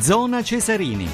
Zona Cesarini,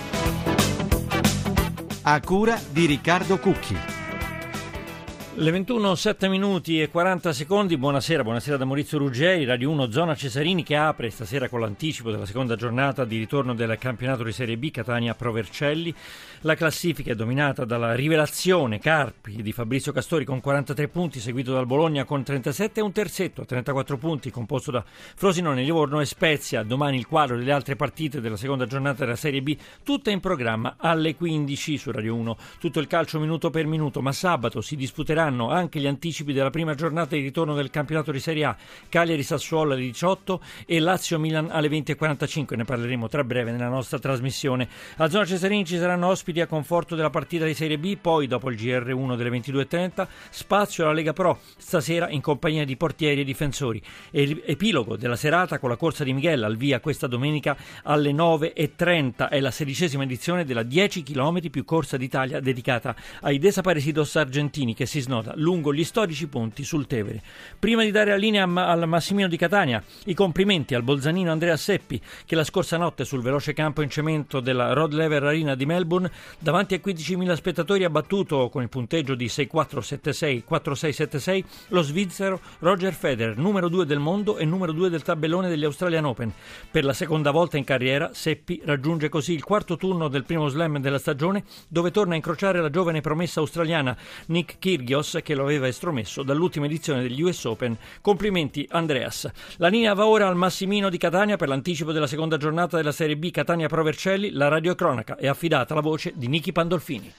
a cura di Riccardo Cucchi. Le 21, 7 minuti e 40 secondi, buonasera da Maurizio Ruggeri, Radio 1 Zona Cesarini, che apre stasera con l'anticipo della seconda giornata di ritorno del campionato di Serie B Catania Pro Vercelli. La classifica è dominata dalla rivelazione Carpi di Fabrizio Castori con 43 punti, seguito dal Bologna con 37 e un terzetto a 34 punti composto da Frosinone, Livorno e Spezia. Domani il quadro delle altre partite della seconda giornata della Serie B, tutte in programma alle 15 su Radio 1. Tutto il calcio minuto per minuto, ma sabato si disputeranno anche gli anticipi della prima giornata di ritorno del campionato di Serie A, Cagliari-Sassuolo alle 18 e Lazio-Milan alle 20.45. Ne parleremo tra breve nella nostra trasmissione. A Zona Cesarini ci saranno ospiti a conforto della partita di Serie B, poi dopo il GR1 delle 22.30 spazio alla Lega Pro, stasera in compagnia di portieri e difensori. E epilogo della serata con la corsa di Miguel al via questa domenica alle 9.30. È la 16ª edizione della 10 km più corsa d'Italia dedicata ai desaparecidos argentini, che si snoda lungo gli storici ponti sul Tevere. Prima di dare la linea al Massimino di Catania, i complimenti al bolzanino Andrea Seppi, che la scorsa notte sul veloce campo in cemento della Rod Laver Arena di Melbourne davanti a 15.000 spettatori ha battuto con il punteggio di 6-4-7-6, 4-6-7-6 lo svizzero Roger Federer, numero 2 del mondo e numero 2 del tabellone degli Australian Open. Per la seconda volta in carriera Seppi raggiunge così il quarto turno del primo slam della stagione, dove torna a incrociare la giovane promessa australiana Nick Kyrgios, che lo aveva estromesso dall'ultima edizione degli US Open. Complimenti Andreas. La linea va ora al Massimino di Catania per l'anticipo della seconda giornata della Serie B Catania Pro Vercelli. La radiocronaca è affidata alla voce di Nichi Pandolfini.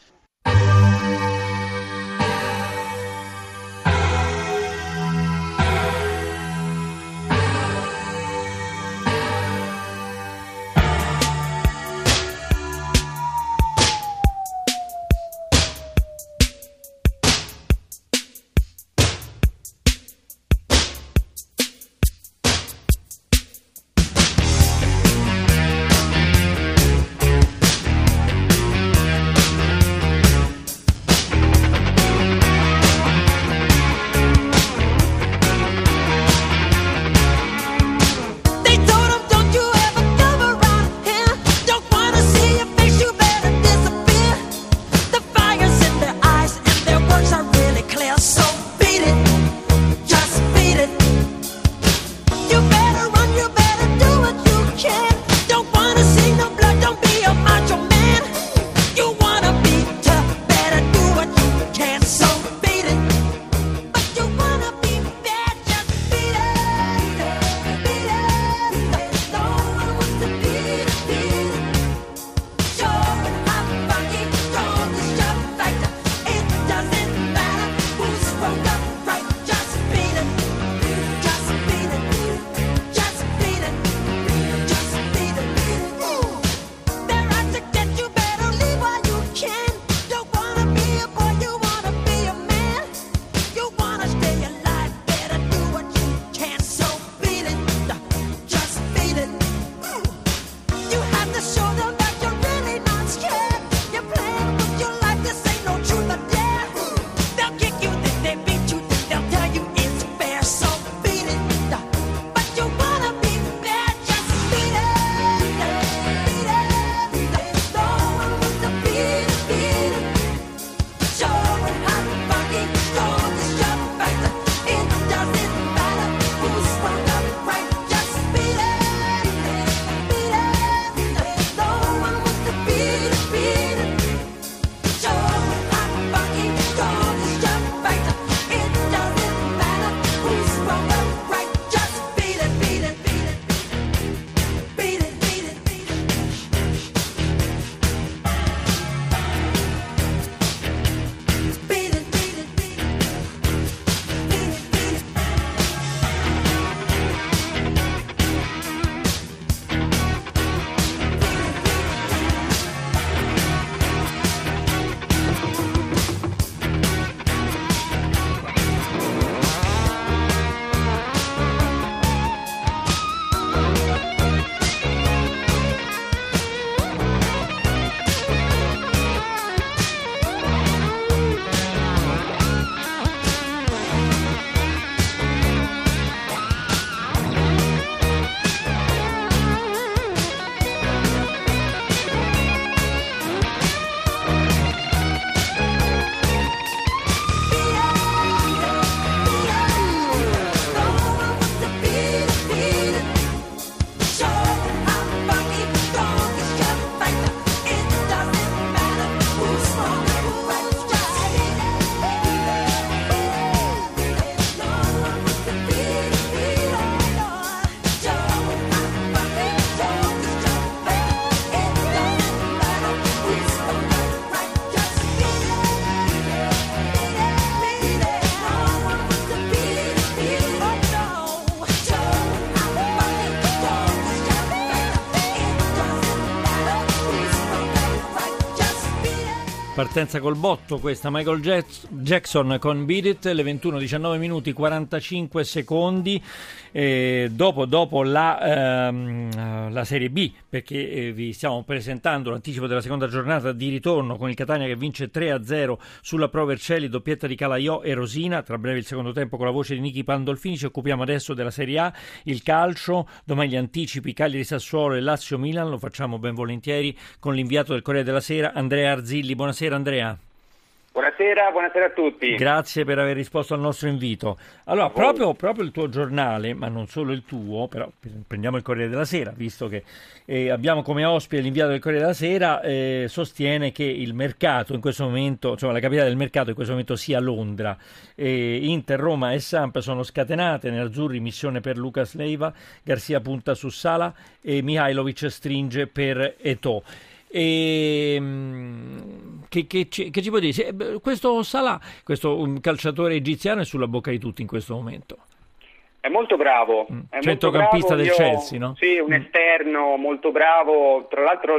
Partenza col botto, questa Michael Jackson con Beat It, le 21:19 minuti 45 secondi, dopo la Serie B, perché vi stiamo presentando l'anticipo della seconda giornata di ritorno con il Catania che vince 3-0 sulla Pro Vercelli, doppietta di Calaiò e Rosina, tra breve il secondo tempo con la voce di Nichi Pandolfini. Ci occupiamo adesso della Serie A, il calcio, domani gli anticipi Cagliari Sassuolo e Lazio Milan, lo facciamo ben volentieri con l'inviato del Corriere della Sera, Andrea Arzilli. Buonasera Andrea. Buonasera a tutti. Grazie per aver risposto al nostro invito. Allora, proprio il tuo giornale, ma non solo il tuo, però prendiamo il Corriere della Sera, visto che abbiamo come ospite l'inviato del Corriere della Sera, sostiene che il mercato in questo momento, insomma la capitale del mercato in questo momento sia Londra. Inter, Roma e Samp sono scatenate, nerazzurri missione per Lucas Leiva, Garcia punta su Sala e Mihajlovic stringe per Eto'o. Che ci puoi dire? Questo Salah, questo calciatore egiziano, è sulla bocca di tutti in questo momento. È molto bravo. È centrocampista del Chelsea, no? Sì, un esterno molto bravo. Tra l'altro,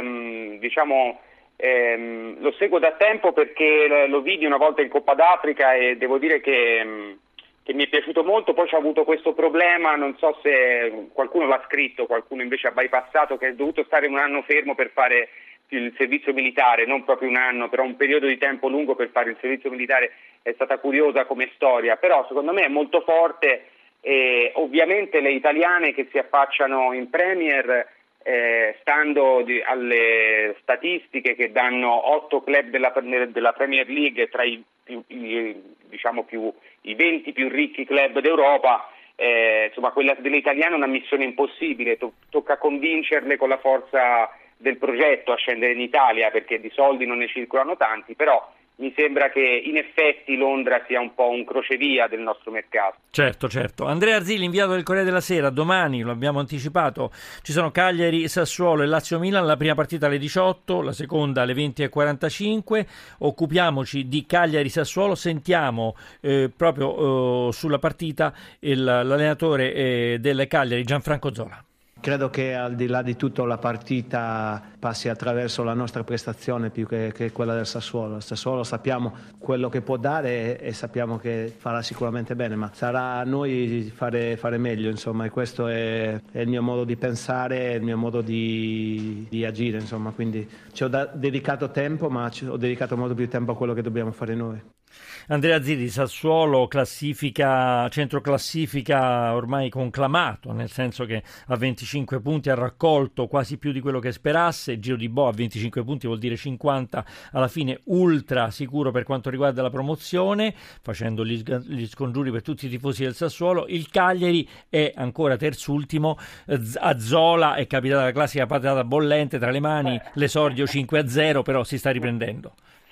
lo seguo da tempo perché lo vidi una volta in Coppa d'Africa e devo dire che mi è piaciuto molto. Poi c'ha avuto questo problema, non so se qualcuno l'ha scritto, qualcuno invece ha bypassato, che è dovuto stare un anno fermo per fare il servizio militare, non proprio un anno, però un periodo di tempo lungo per fare il servizio militare. È stata curiosa come storia, però secondo me è molto forte. E ovviamente le italiane che si affacciano in Premier, stando alle statistiche che danno 8 club della Premier League tra i 20 più ricchi club d'Europa, insomma quella delle italiane è una missione impossibile, tocca convincerle con la forza del progetto a scendere in Italia, perché di soldi non ne circolano tanti, però mi sembra che in effetti Londra sia un po' un crocevia del nostro mercato. Certo. Andrea Arzilli, inviato del Corriere della Sera. Domani, lo abbiamo anticipato, ci sono Cagliari, Sassuolo e Lazio Milan, la prima partita alle 18, la seconda alle 20:45. Occupiamoci di Cagliari Sassuolo, sentiamo proprio sulla partita l'allenatore del Cagliari, Gianfranco Zola. Credo che al di là di tutto la partita passi attraverso la nostra prestazione più che quella del Sassuolo. Il Sassuolo sappiamo quello che può dare e sappiamo che farà sicuramente bene, ma sarà a noi fare meglio, insomma, e questo è il mio modo di pensare, il mio modo di agire, insomma, quindi ci ho dedicato tempo, ma ho dedicato molto più tempo a quello che dobbiamo fare noi. Andrea Arzilli, Sassuolo centroclassifica ormai conclamato, nel senso che a 25 punti ha raccolto quasi più di quello che sperasse. Giro di boa a 25 punti vuol dire 50 alla fine, ultra sicuro per quanto riguarda la promozione, facendo gli scongiuri per tutti i tifosi del Sassuolo. Il Cagliari è ancora terzultimo, a Zola è capitata la classica patata bollente tra le mani, l'esordio 5-0, però si sta riprendendo.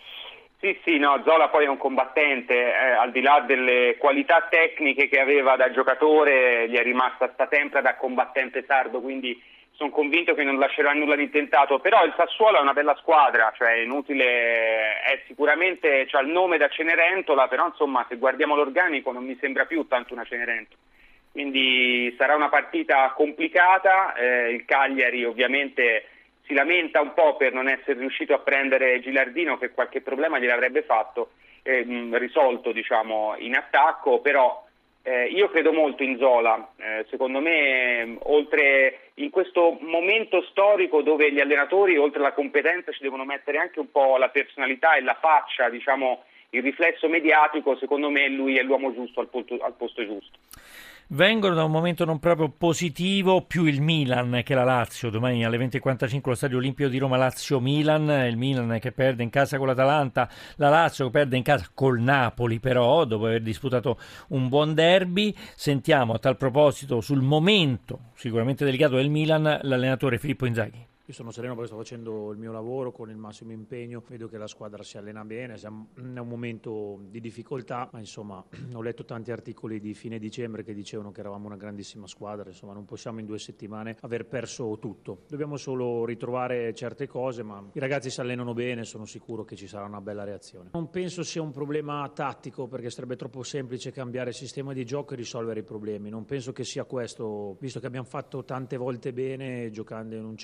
Sì, no, Zola poi è un combattente, al di là delle qualità tecniche che aveva da giocatore, gli è rimasta sta tempra da combattente sardo, quindi sono convinto che non lascerà nulla di intentato. Però il Sassuolo è una bella squadra, cioè è inutile, è sicuramente c'ha il nome da Cenerentola, però insomma se guardiamo l'organico non mi sembra più tanto una Cenerentola. Quindi sarà una partita complicata, il Cagliari ovviamente si lamenta un po' per non essere riuscito a prendere Gilardino, che qualche problema gliel'avrebbe fatto, risolto diciamo in attacco, però io credo molto in Zola. Secondo me, oltre in questo momento storico dove gli allenatori oltre alla competenza ci devono mettere anche un po' la personalità e la faccia, diciamo il riflesso mediatico, secondo me lui è l'uomo giusto al posto giusto. Vengono da un momento non proprio positivo più il Milan che la Lazio. Domani alle 20:45 allo Stadio Olimpico di Roma, Lazio-Milan. Il Milan che perde in casa con l'Atalanta, la Lazio che perde in casa col Napoli, però dopo aver disputato un buon derby. Sentiamo a tal proposito, sul momento sicuramente delicato del Milan, l'allenatore Filippo Inzaghi. Io sono sereno perché sto facendo il mio lavoro con il massimo impegno, vedo che la squadra si allena bene, siamo in un momento di difficoltà, ma insomma ho letto tanti articoli di fine dicembre che dicevano che eravamo una grandissima squadra, insomma non possiamo in 2 settimane aver perso tutto, dobbiamo solo ritrovare certe cose, ma i ragazzi si allenano bene, sono sicuro che ci sarà una bella reazione. Non penso sia un problema tattico, perché sarebbe troppo semplice cambiare il sistema di gioco e risolvere i problemi, non penso che sia questo, visto che abbiamo fatto tante volte bene giocando in un certo modo,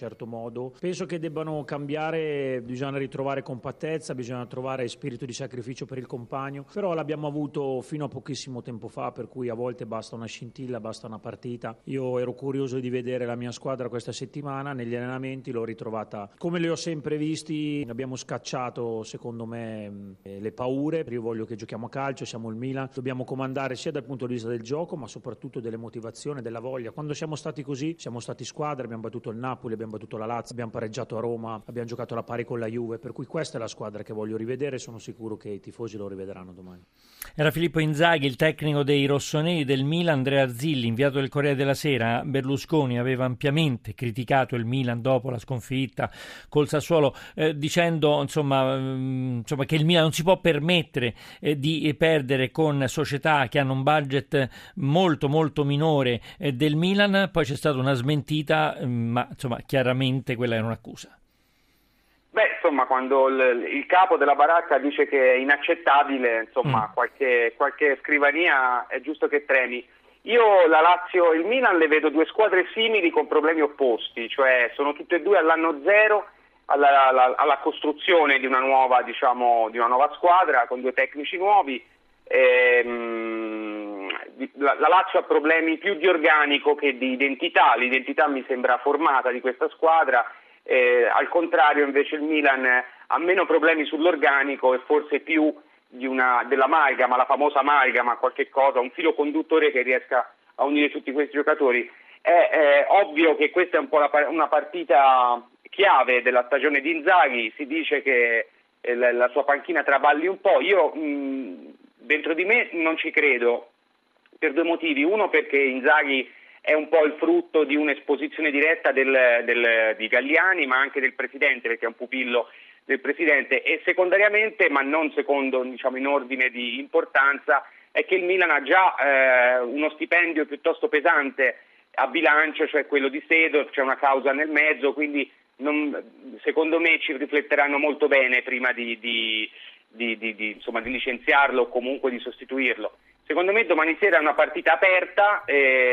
modo. Penso che debbano cambiare, bisogna ritrovare compattezza, bisogna trovare spirito di sacrificio per il compagno, però l'abbiamo avuto fino a pochissimo tempo fa, per cui a volte basta una scintilla, basta una partita. Io ero curioso di vedere la mia squadra questa settimana, negli allenamenti l'ho ritrovata come le ho sempre visti, abbiamo scacciato secondo me le paure. Io voglio che giochiamo a calcio, siamo il Milan, dobbiamo comandare sia dal punto di vista del gioco ma soprattutto delle motivazioni, della voglia. Quando siamo stati così, siamo stati squadra, abbiamo battuto il Napoli, abbiamo battuto la Lazio, abbiamo pareggiato a Roma, abbiamo giocato alla pari con la Juve, per cui questa è la squadra che voglio rivedere e sono sicuro che i tifosi lo rivedranno domani. Era Filippo Inzaghi, il tecnico dei rossoneri del Milan. Andrea Arzilli, inviato del Corriere della Sera. Berlusconi aveva ampiamente criticato il Milan dopo la sconfitta col Sassuolo, dicendo insomma che il Milan non si può permettere di perdere con società che hanno un budget molto molto minore del Milan. Poi c'è stata una smentita, ma insomma chiaramente quella era un'accusa. Beh, insomma, quando il capo della baracca dice che è inaccettabile, insomma, qualche scrivania è giusto che tremi. Io la Lazio e il Milan le vedo due squadre simili con problemi opposti, cioè sono tutte e due all'anno zero, alla costruzione di una nuova squadra con due tecnici nuovi. La Lazio ha problemi più di organico che di identità. L'identità mi sembra formata di questa squadra. Al contrario invece il Milan ha meno problemi sull'organico e forse più dell'amalgama, la famosa amalgama, qualche cosa, un filo conduttore che riesca a unire tutti questi giocatori. È ovvio che questa è un po' una partita chiave della stagione di Inzaghi. Si dice che la sua panchina traballi un po'. Io dentro di me non ci credo per due motivi. Uno, perché Inzaghi è un po' il frutto di un'esposizione diretta di Galliani, ma anche del presidente, perché è un pupillo del presidente, e secondariamente, ma non secondo in ordine di importanza, è che il Milan ha già uno stipendio piuttosto pesante a bilancio, cioè quello di Seedorf, c'è una causa nel mezzo, quindi secondo me ci rifletteranno molto bene prima di licenziarlo o comunque di sostituirlo. Secondo me domani sera è una partita aperta,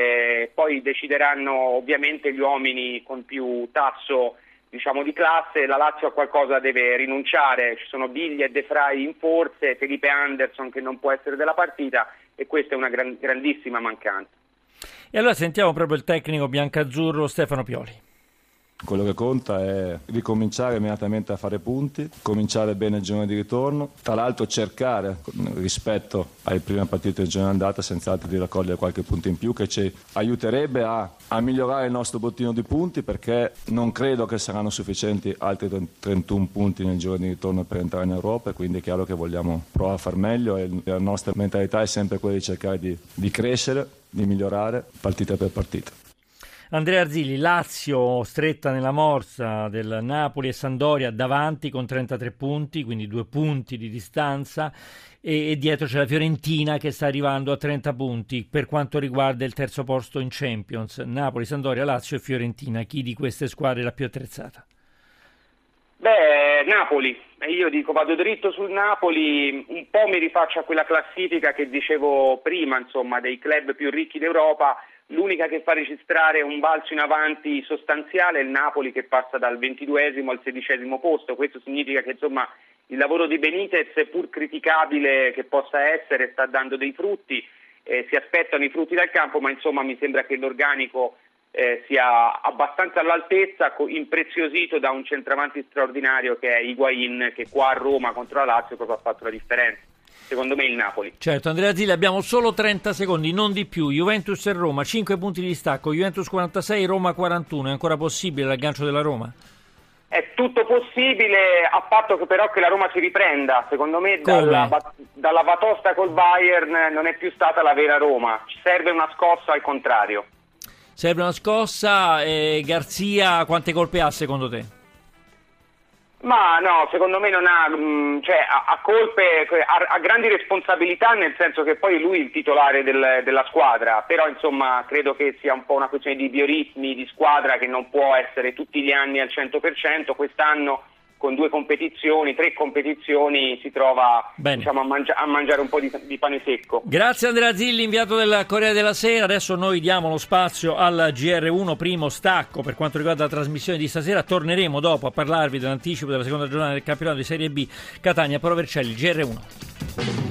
poi decideranno ovviamente gli uomini con più tasso di classe. La Lazio a qualcosa deve rinunciare, ci sono Biglia e De Vrij in forze, Felipe Anderson che non può essere della partita, e questa è una grandissima mancanza. E allora sentiamo proprio il tecnico biancazzurro Stefano Pioli. Quello che conta è ricominciare immediatamente a fare punti, cominciare bene il girone di ritorno, tra l'altro cercare, rispetto alle prime partite del girone andata, senz'altro di raccogliere qualche punto in più che ci aiuterebbe a migliorare il nostro bottino di punti, perché non credo che saranno sufficienti altri 31 punti nel girone di ritorno per entrare in Europa, e quindi è chiaro che vogliamo provare a far meglio e la nostra mentalità è sempre quella di cercare di crescere, di migliorare partita per partita. Andrea Arzilli, Lazio stretta nella morsa del Napoli e Sampdoria davanti con 33 punti, quindi 2 punti di distanza, e dietro c'è la Fiorentina che sta arrivando a 30 punti per quanto riguarda il terzo posto in Champions. Napoli, Sampdoria, Lazio e Fiorentina. Chi di queste squadre è la più attrezzata? Beh, Napoli. Io vado dritto sul Napoli, un po' mi rifaccio a quella classifica che dicevo prima, insomma, dei club più ricchi d'Europa. L'unica che fa registrare un balzo in avanti sostanziale è il Napoli, che passa dal 22esimo al 16esimo posto. Questo significa che insomma il lavoro di Benitez, pur criticabile che possa essere, sta dando dei frutti, si aspettano i frutti dal campo, ma insomma mi sembra che l'organico sia abbastanza all'altezza, impreziosito da un centravanti straordinario che è Higuain, che qua a Roma contro la Lazio proprio ha fatto la differenza. Secondo me il Napoli. Certo, Andrea Zilli, abbiamo solo 30 secondi, non di più. Juventus e Roma, 5 punti di distacco, Juventus 46, Roma 41. È ancora possibile l'aggancio della Roma? È tutto possibile, a patto che però che la Roma si riprenda. Secondo me dalla batosta col Bayern non è più stata la vera Roma. Ci serve una scossa al contrario. Serve una scossa. Garzia quante colpe ha secondo te? Ma no, secondo me non ha, ha colpe, ha grandi responsabilità, nel senso che poi lui è il titolare della squadra, però insomma credo che sia un po' una questione di bioritmi di squadra che non può essere tutti gli anni al 100%. Quest'anno con 2 competizioni, 3 competizioni si trova diciamo, a mangiare un po' di pane secco. Grazie Andrea Zilli, inviato del Corriere della Sera. Adesso noi diamo lo spazio al GR1, primo stacco per quanto riguarda la trasmissione di stasera. Torneremo dopo a parlarvi dell'anticipo della seconda giornata del campionato di Serie B Catania Pro Vercelli, GR1.